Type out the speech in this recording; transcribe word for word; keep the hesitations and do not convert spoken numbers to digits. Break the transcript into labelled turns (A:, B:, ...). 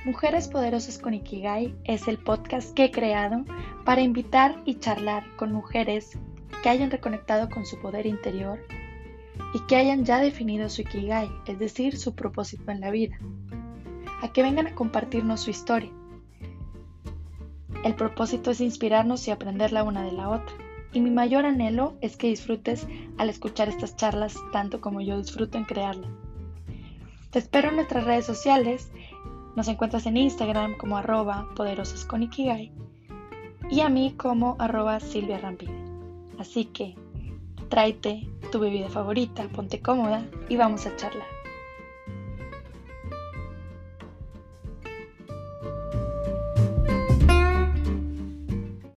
A: Mujeres Poderosas con Ikigai es el podcast que he creado para invitar y charlar con mujeres que hayan reconectado con su poder interior y que hayan ya definido su Ikigai, es decir, su propósito en la vida, a que vengan a compartirnos su historia. El propósito es inspirarnos y aprender la una de la otra, y mi mayor anhelo es que disfrutes al escuchar estas charlas tanto como yo disfruto en crearlas. Te espero en nuestras redes sociales. Nos encuentras en Instagram como arroba poderosas con Ikigai y a mí como arroba Silvia Rampide. Así que tráete tu bebida favorita, ponte cómoda y vamos a charlar.